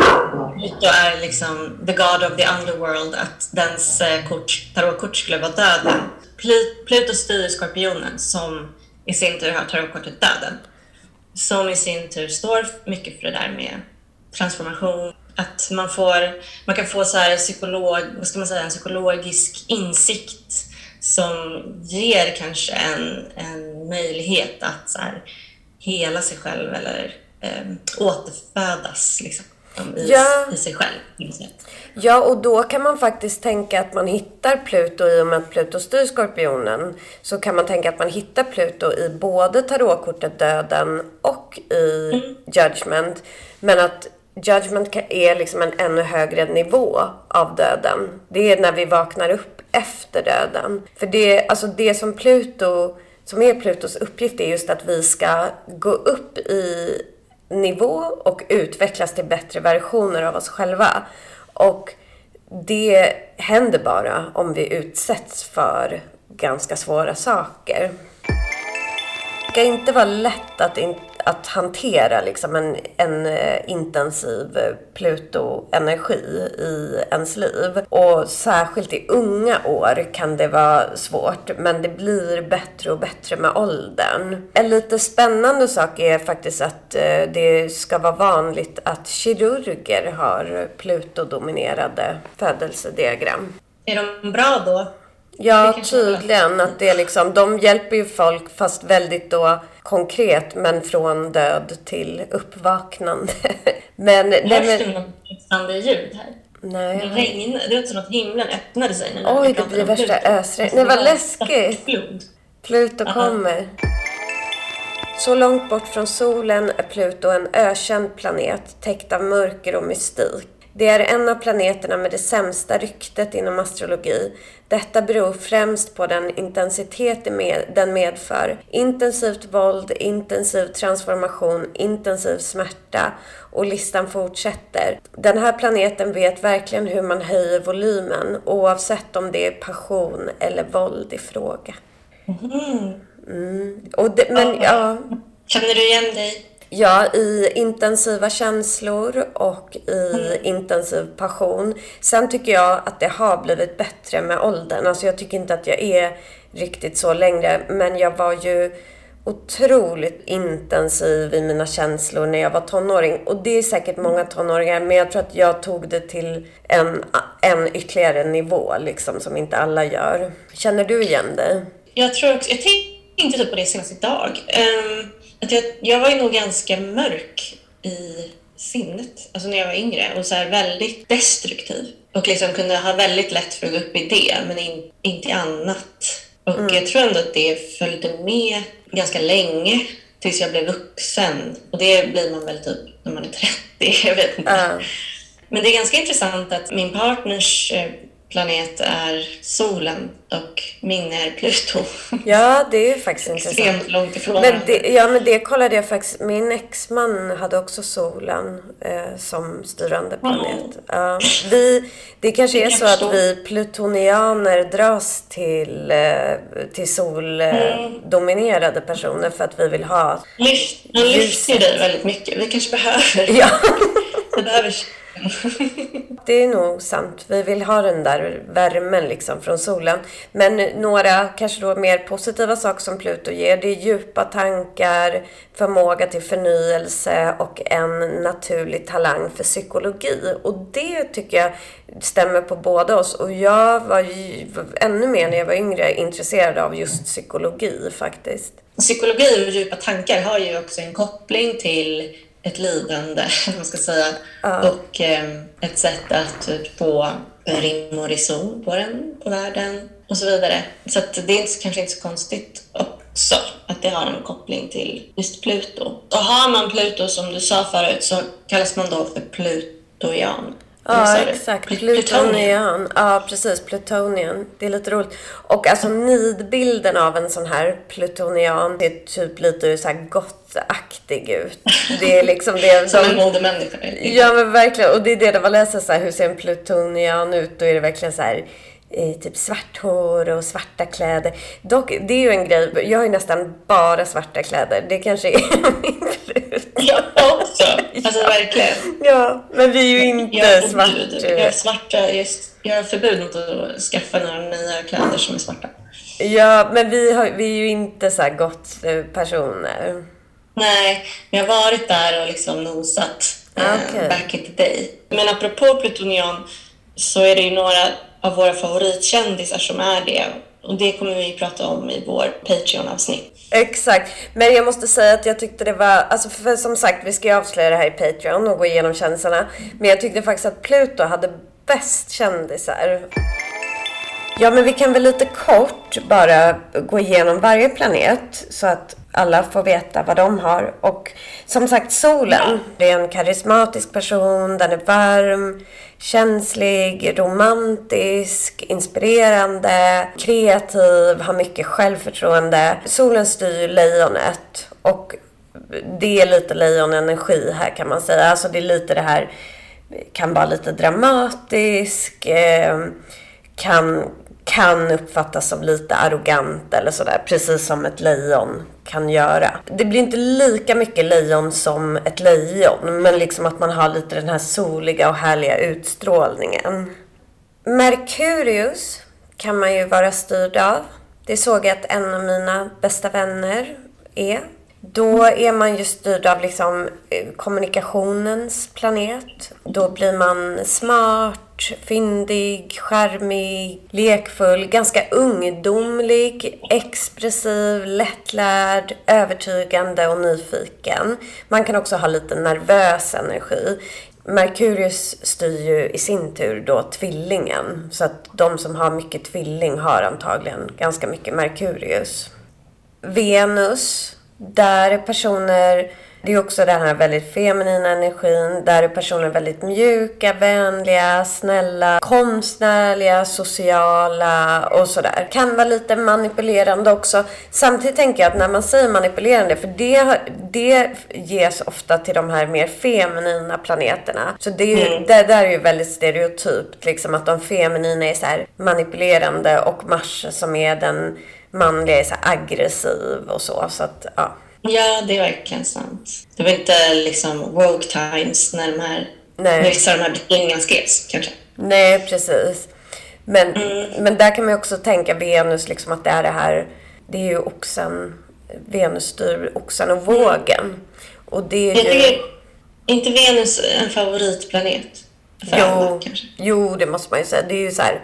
Pluto är liksom the god of the underworld, att dens eh, kort, tarotkort skulle vara döden. Pl- Pluto styr Skorpionen, som i sin tur har tarotkortet döden. Som i sin tur står mycket för det där med transformation. Att man får, man kan få så här psykolog, vad ska man säga, en psykologisk insikt som ger kanske en, en möjlighet att så här hela sig själv eller eh, återfödas liksom. i, Ja. i sig själv. Ja, och då kan man faktiskt tänka att man hittar Pluto i och med att Pluto styr Skorpionen. Så kan man tänka att man hittar Pluto i både tarotkortet Döden och i mm. Judgment. Men att Judgment är liksom en ännu högre nivå av döden. Det är när vi vaknar upp efter döden. För det, alltså det som Pluto, som är Plutos uppgift är just att vi ska gå upp i nivå och utvecklas till bättre versioner av oss själva. Och det händer bara om vi utsätts för ganska svåra saker. Det ska inte vara lätt att, in, att hantera liksom en, en intensiv Pluto-energi i ens liv. Och särskilt i unga år kan det vara svårt, men det blir bättre och bättre med åldern. En lite spännande sak är faktiskt att det ska vara vanligt att kirurger har Pluto-dominerade födelsediagram. Är de bra då? Ja, tydligen att det är liksom, de hjälper ju folk fast väldigt då konkret, men från död till uppvaknande. men Hörs det något växande ljud här? Nej. Det regnar, det låter som att himlen öppnade sig nu. Oj, det blir värsta ösregn. Nej, vad läskigt. Pluto kommer. Så långt bort från solen är Pluto en ökänd planet täckt av mörker och mystik. Det är en av planeterna med det sämsta ryktet inom astrologi. Detta beror främst på den intensitet den medför. Intensivt våld, intensiv transformation, intensiv smärta och listan fortsätter. Den här planeten vet verkligen hur man höjer volymen oavsett om det är passion eller våld i fråga. Mm. Mm. Och det, men, ja. Känner du igen dig? Ja, i intensiva känslor och i mm. intensiv passion. Sen tycker jag att det har blivit bättre med åldern. Alltså jag tycker inte att jag är riktigt så längre. Men jag var ju otroligt intensiv i mina känslor när jag var tonåring. Och det är säkert många tonåringar. Men jag tror att jag tog det till en, en ytterligare nivå liksom, som inte alla gör. Känner du igen dig? Jag tror också, jag tänkte typ på det senast idag. Um... Att jag, jag var ju nog ganska mörk i sinnet, alltså när jag var yngre, och så här väldigt destruktiv. Och liksom kunde ha väldigt lätt för att gå upp i det, men in, inte i annat. Och mm. jag tror ändå att det följde med ganska länge tills jag blev vuxen. Och det blir man väl typ när man är trettio, jag vet inte. Mm. Men det är ganska intressant att min partners planet är solen och min är Pluto. Ja, det är faktiskt intressant. Extremt långt ifrån. Men det, ja, men det kollade jag faktiskt. Min exman hade också solen eh, som styrande planet. Mm. Ja, vi, det kanske är så att vi plutonianer dras till, eh, till soldominerade mm. personer för att vi vill ha... Lyft, man lyfter dig väldigt mycket. Vi kanske behöver... Ja. Vi behöver... Det är nog sant. Vi vill ha den där värmen liksom från solen. Men några kanske då mer positiva saker som Pluto ger, det är djupa tankar, förmåga till förnyelse och en naturlig talang för psykologi. Och det tycker jag stämmer på båda oss. Och jag var ju ännu mer när jag var yngre intresserad av just psykologi faktiskt. Psykologi och djupa tankar har ju också en koppling till ett lidande, man ska säga, ja. Och eh, ett sätt att typ, få rim och reson på den, på världen och så vidare. Så att det är inte, kanske inte så konstigt också att det har en koppling till just Pluto. Och har man Pluto, som du sa förut, så kallas man då för plutoian. Ja, exakt. Plutonian. Ja, precis. Plutonian. Det är lite roligt. Och alltså nidbilden av en sån här plutonian, det är typ lite så här gottaktig ut. Det är liksom det. Som de, en modemänniska. Ja, men verkligen. Och det är det det var läsa så här, hur ser en plutonian ut? Då är det verkligen så här typ svart hår och svarta kläder. Dock, det är ju en grej. Jag har ju nästan bara svarta kläder. Det kanske är min Pluto. Jag också. Alltså ja. Verkligen. Ja, men vi är ju inte jag, svart. Jag har svarta, just, jag har förbud mot att skaffa några nya kläder som är svarta. Ja, men vi, har, vi är ju inte så här gott personer. Nej, men jag har varit där och liksom nosat okay. eh, back in the day. Men apropå plutonian så är det ju några av våra favoritkändisar som är det. Och det kommer vi prata om i vår Patreon-avsnitt. Exakt, men jag måste säga att jag tyckte det var, alltså för som sagt, vi ska ju avslöja det här i Patreon och gå igenom kändisarna. Men jag tyckte faktiskt att Pluto hade bäst kändisar. Ja, men vi kan väl lite kort bara gå igenom varje planet så att alla får veta vad de har. Och som sagt, solen, det är en karismatisk person, den är varm, känslig, romantisk, inspirerande, kreativ, har mycket självförtroende. Solen styr lejonet och det är lite lejonenergi här kan man säga. Alltså det är lite det här, kan vara lite dramatisk, kan... kan uppfattas som lite arrogant eller sådär, precis som ett lejon kan göra. Det blir inte lika mycket lejon som ett lejon, men liksom att man har lite den här soliga och härliga utstrålningen. Merkurius kan man ju vara styrd av. Det såg jag att en av mina bästa vänner är. Då är man ju styrd av liksom kommunikationens planet. Då blir man smart, fyndig, charmig, lekfull, ganska ungdomlig, expressiv, lättlärd, övertygande och nyfiken. Man kan också ha lite nervös energi. Merkurius styr ju i sin tur då tvillingen. Så att de som har mycket tvilling har antagligen ganska mycket Merkurius. Venus. Där är personer, det är också den här väldigt feminina energin. Där är personer väldigt mjuka, vänliga, snälla, konstnärliga, sociala och sådär. Kan vara lite manipulerande också. Samtidigt tänker jag att när man säger manipulerande, för det, det ges ofta till de här mer feminina planeterna. Så det, är ju, mm. det där är ju väldigt stereotypt. Liksom att de feminina är så här manipulerande och Mars som är den manliga är så aggressiv och så. Så att, ja. Ja, det är verkligen sant. Det var inte liksom woke times när de här, när vissa av de här beskrivningarna skrevs, kanske. Nej, precis. Men, mm. men där kan man ju också tänka Venus, liksom att det är det här, det är ju oxen, Venus styr oxen och vågen. Mm. Och det är Jag ju... tycker inte Venus en favoritplanet för jo, alla, kanske. Jo, det måste man ju säga. Det är ju så här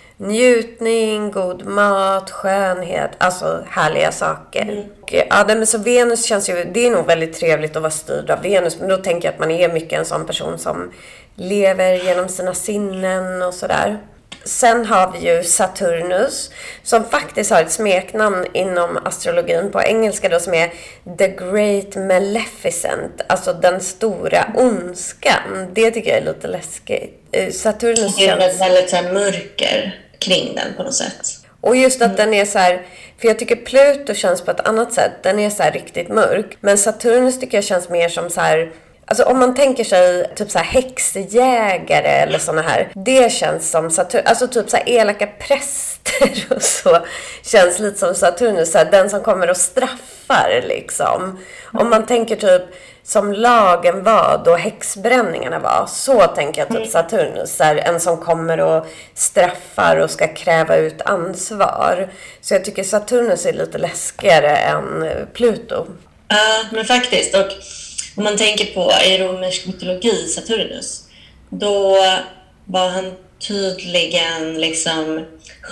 njutning, god mat, skönhet, alltså härliga saker. Mm. Och, ja, men så Venus känns ju, det är nog väldigt trevligt att vara styrd av Venus, men då tänker jag att man är mycket en sån person som lever genom sina sinnen och sådär. Sen har vi ju Saturnus som faktiskt har ett smeknamn inom astrologin på engelska då, som är The Great Maleficent, alltså den stora ondskan. Det tycker jag är lite läskigt. Saturnus det är känns... väldigt så här mörker kring den på något sätt. Och just att mm. den är så här, för jag tycker Pluto känns på ett annat sätt. Den är så här riktigt mörk. Men Saturnus tycker jag känns mer som så här, alltså om man tänker sig typ så här häxjägare eller såna här. Det känns som Saturnus, alltså typ så här elaka präster och så. Känns lite som Saturnus, så här, den som kommer och straffar liksom. Om man tänker typ som lagen var då häxbränningarna var, så tänker jag typ Saturnus, så här, en som kommer och straffar och ska kräva ut ansvar. Så jag tycker Saturnus är lite läskigare än Pluto. Ja, men faktiskt. Och om man tänker på i romersk mytologi Saturnus, då var han tydligen liksom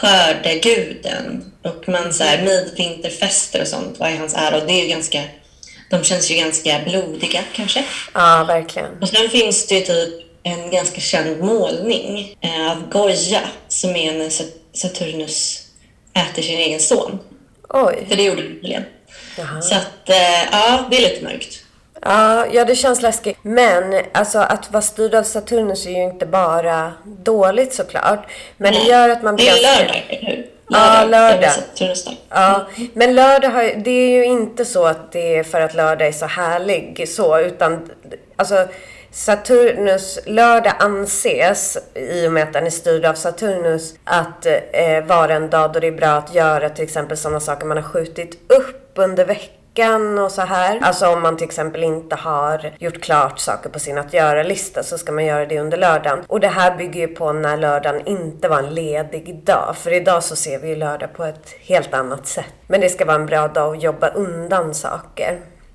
skördeguden. Och man så här midvinterfester och sånt var i hans ära, och det är ju ganska, de känns ju ganska blodiga kanske. Ja, verkligen. Och sen finns det ju typ en ganska känd målning eh, av Goya som är när Saturnus äter sin egen son. Oj. För det gjorde det tydligen. Så att, eh, ja, det är lite mörkt. Ja, ja, det känns läskigt. Men alltså, att vara styrd av Saturnus är ju inte bara dåligt såklart. Men Nej. det gör att man blir... Det är lördag, eller hur? Ja, lördag. Ja, mm. men lördag har, det är ju inte så att det är för att lördag är så härlig så, utan alltså Saturnus, lördag anses, i och med att den är styrd av Saturnus, att eh, vara en dag då det är bra att göra till exempel sådana saker man har skjutit upp under veckan och så här. Alltså om man till exempel inte har gjort klart saker på sin att göra-lista, så ska man göra det under lördagen. Och det här bygger ju på när lördagen inte var en ledig dag. För idag så ser vi ju lördag på ett helt annat sätt. Men det ska vara en bra dag att jobba undan saker.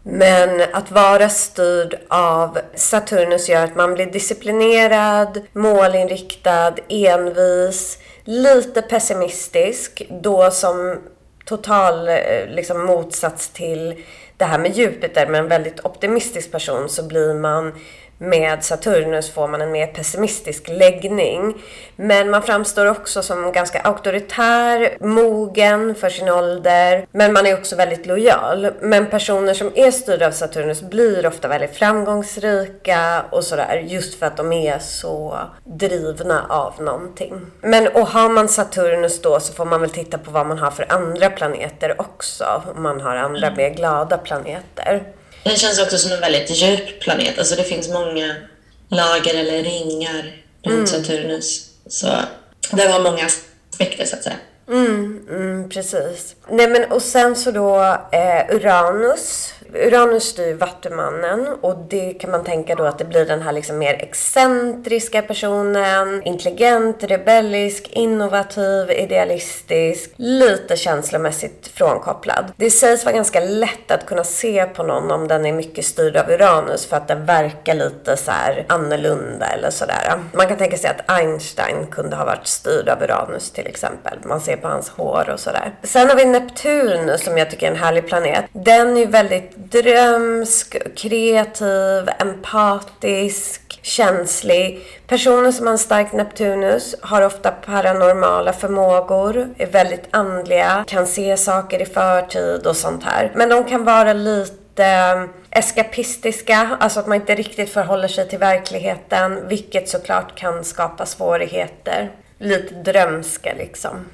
Men att vara styrd av Saturnus gör att man blir disciplinerad, målinriktad, envis, lite pessimistisk. Då som total liksom, motsats till det här med Jupiter, med en väldigt optimistisk person, så blir man med Saturnus får man en mer pessimistisk läggning. Men man framstår också som ganska auktoritär, mogen för sin ålder. Men man är också väldigt lojal. Men personer som är styrda av Saturnus blir ofta väldigt framgångsrika och sådär. Just för att de är så drivna av någonting. Men och har man Saturnus då så får man väl titta på vad man har för andra planeter också. Om man har andra mer glada planeter. Den känns också som en väldigt djup planet. Alltså det finns många lager eller ringar runt mm. Saturnus. Så det har många aspekter så att säga. Mm, mm, precis. Nej, men och sen så då eh, Uranus. Uranus styr Vattumannen, och det kan man tänka då att det blir den här liksom mer excentriska personen, intelligent, rebellisk, innovativ, idealistisk, lite känslomässigt frånkopplad. Det sägs vara ganska lätt att kunna se på någon om den är mycket styrd av Uranus, för att den verkar lite så här annorlunda eller sådär. Man kan tänka sig att Einstein kunde ha varit styrd av Uranus till exempel. Man ser på hans hår och sådär. Sen har vi Neptunus som jag tycker är en härlig planet. Den är väldigt drömsk, kreativ, empatisk, känslig. Personer som har en stark Neptunus har ofta paranormala förmågor, är väldigt andliga, kan se saker i förtid och sånt här. Men de kan vara lite eskapistiska, alltså att man inte riktigt förhåller sig till verkligheten, vilket såklart kan skapa svårigheter. Lite drömska liksom.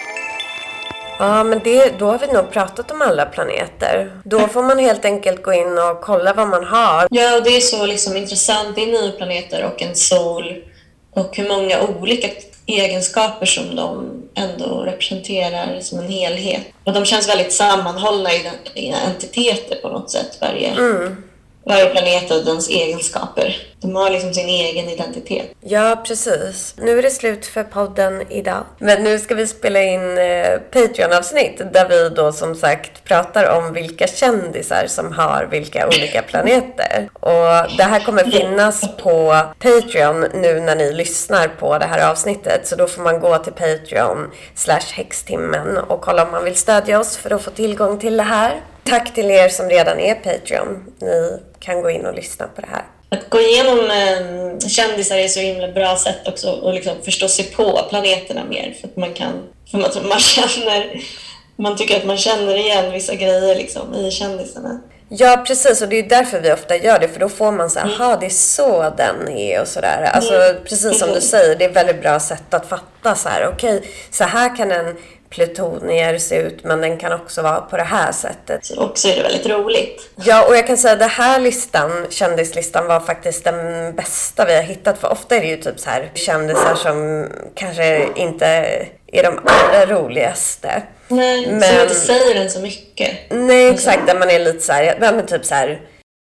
Ja, men det, då har vi nog pratat om alla planeter. Då får man helt enkelt gå in och kolla vad man har. Ja, och det är så liksom intressant. Det är nio planeter och en sol. Och hur många olika egenskaper som de ändå representerar som en helhet. Och de känns väldigt sammanhållna i entiteter på något sätt. Varje, mm. varje planet och dess egenskaper. De har liksom sin egen identitet. Ja, precis. Nu är det slut för podden idag. Men nu ska vi spela in eh, Patreon-avsnitt där vi då som sagt pratar om vilka kändisar som har vilka olika planeter. Och det här kommer finnas på Patreon nu när ni lyssnar på det här avsnittet. Så då får man gå till Patreon slash häxtimmen och kolla om man vill stödja oss för att få tillgång till det här. Tack till er som redan är Patreon. Ni kan gå in och lyssna på det här. Att gå igenom eh, kändisar är så himla bra sätt också och liksom förstå sig på planeterna mer, för att man kan, för man, man känner, man tycker att man känner igen vissa grejer liksom i kändisarna. Ja, precis, och det är därför vi ofta gör det, för då får man så här, aha, det är så den är och sådär. Alltså mm. precis som du säger, det är ett väldigt bra sätt att fatta så här, okej, okay, så här kan en plutonier se ut, men den kan också vara på det här sättet. Så också är det väldigt roligt. Ja, och jag kan säga att den här listan, kändislistan, var faktiskt den bästa vi har hittat. För ofta är det ju typ så här kändisar som kanske inte är de allra roligaste. Nej, men som inte säger den så mycket. Nej, exakt, där man är lite så här, men typ så här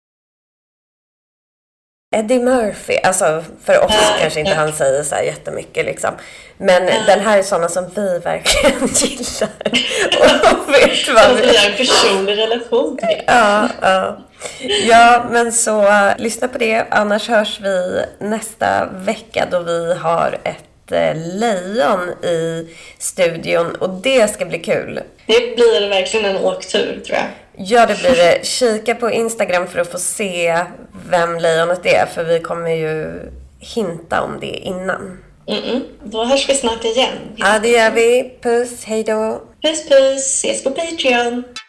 Eddie Murphy, alltså för oss äh, kanske inte ja. han säger så här jättemycket liksom. Men äh. den här är sådana som vi verkligen gillar. Och vet vad vi har en personlig relation till. Ja, ja. Ja, men så uh, lyssna på det. Annars hörs vi nästa vecka då vi har ett uh, lejon i studion. Och det ska bli kul. Det blir verkligen en åktur, tror jag. Ja, det blir det. Kika på Instagram för att få se vem lejonet är. För vi kommer ju hinta om det innan. Mm-mm. Då hörs vi snart igen. Ja, det gör vi. Puss, hej då. Puss, puss. Ses på Patreon.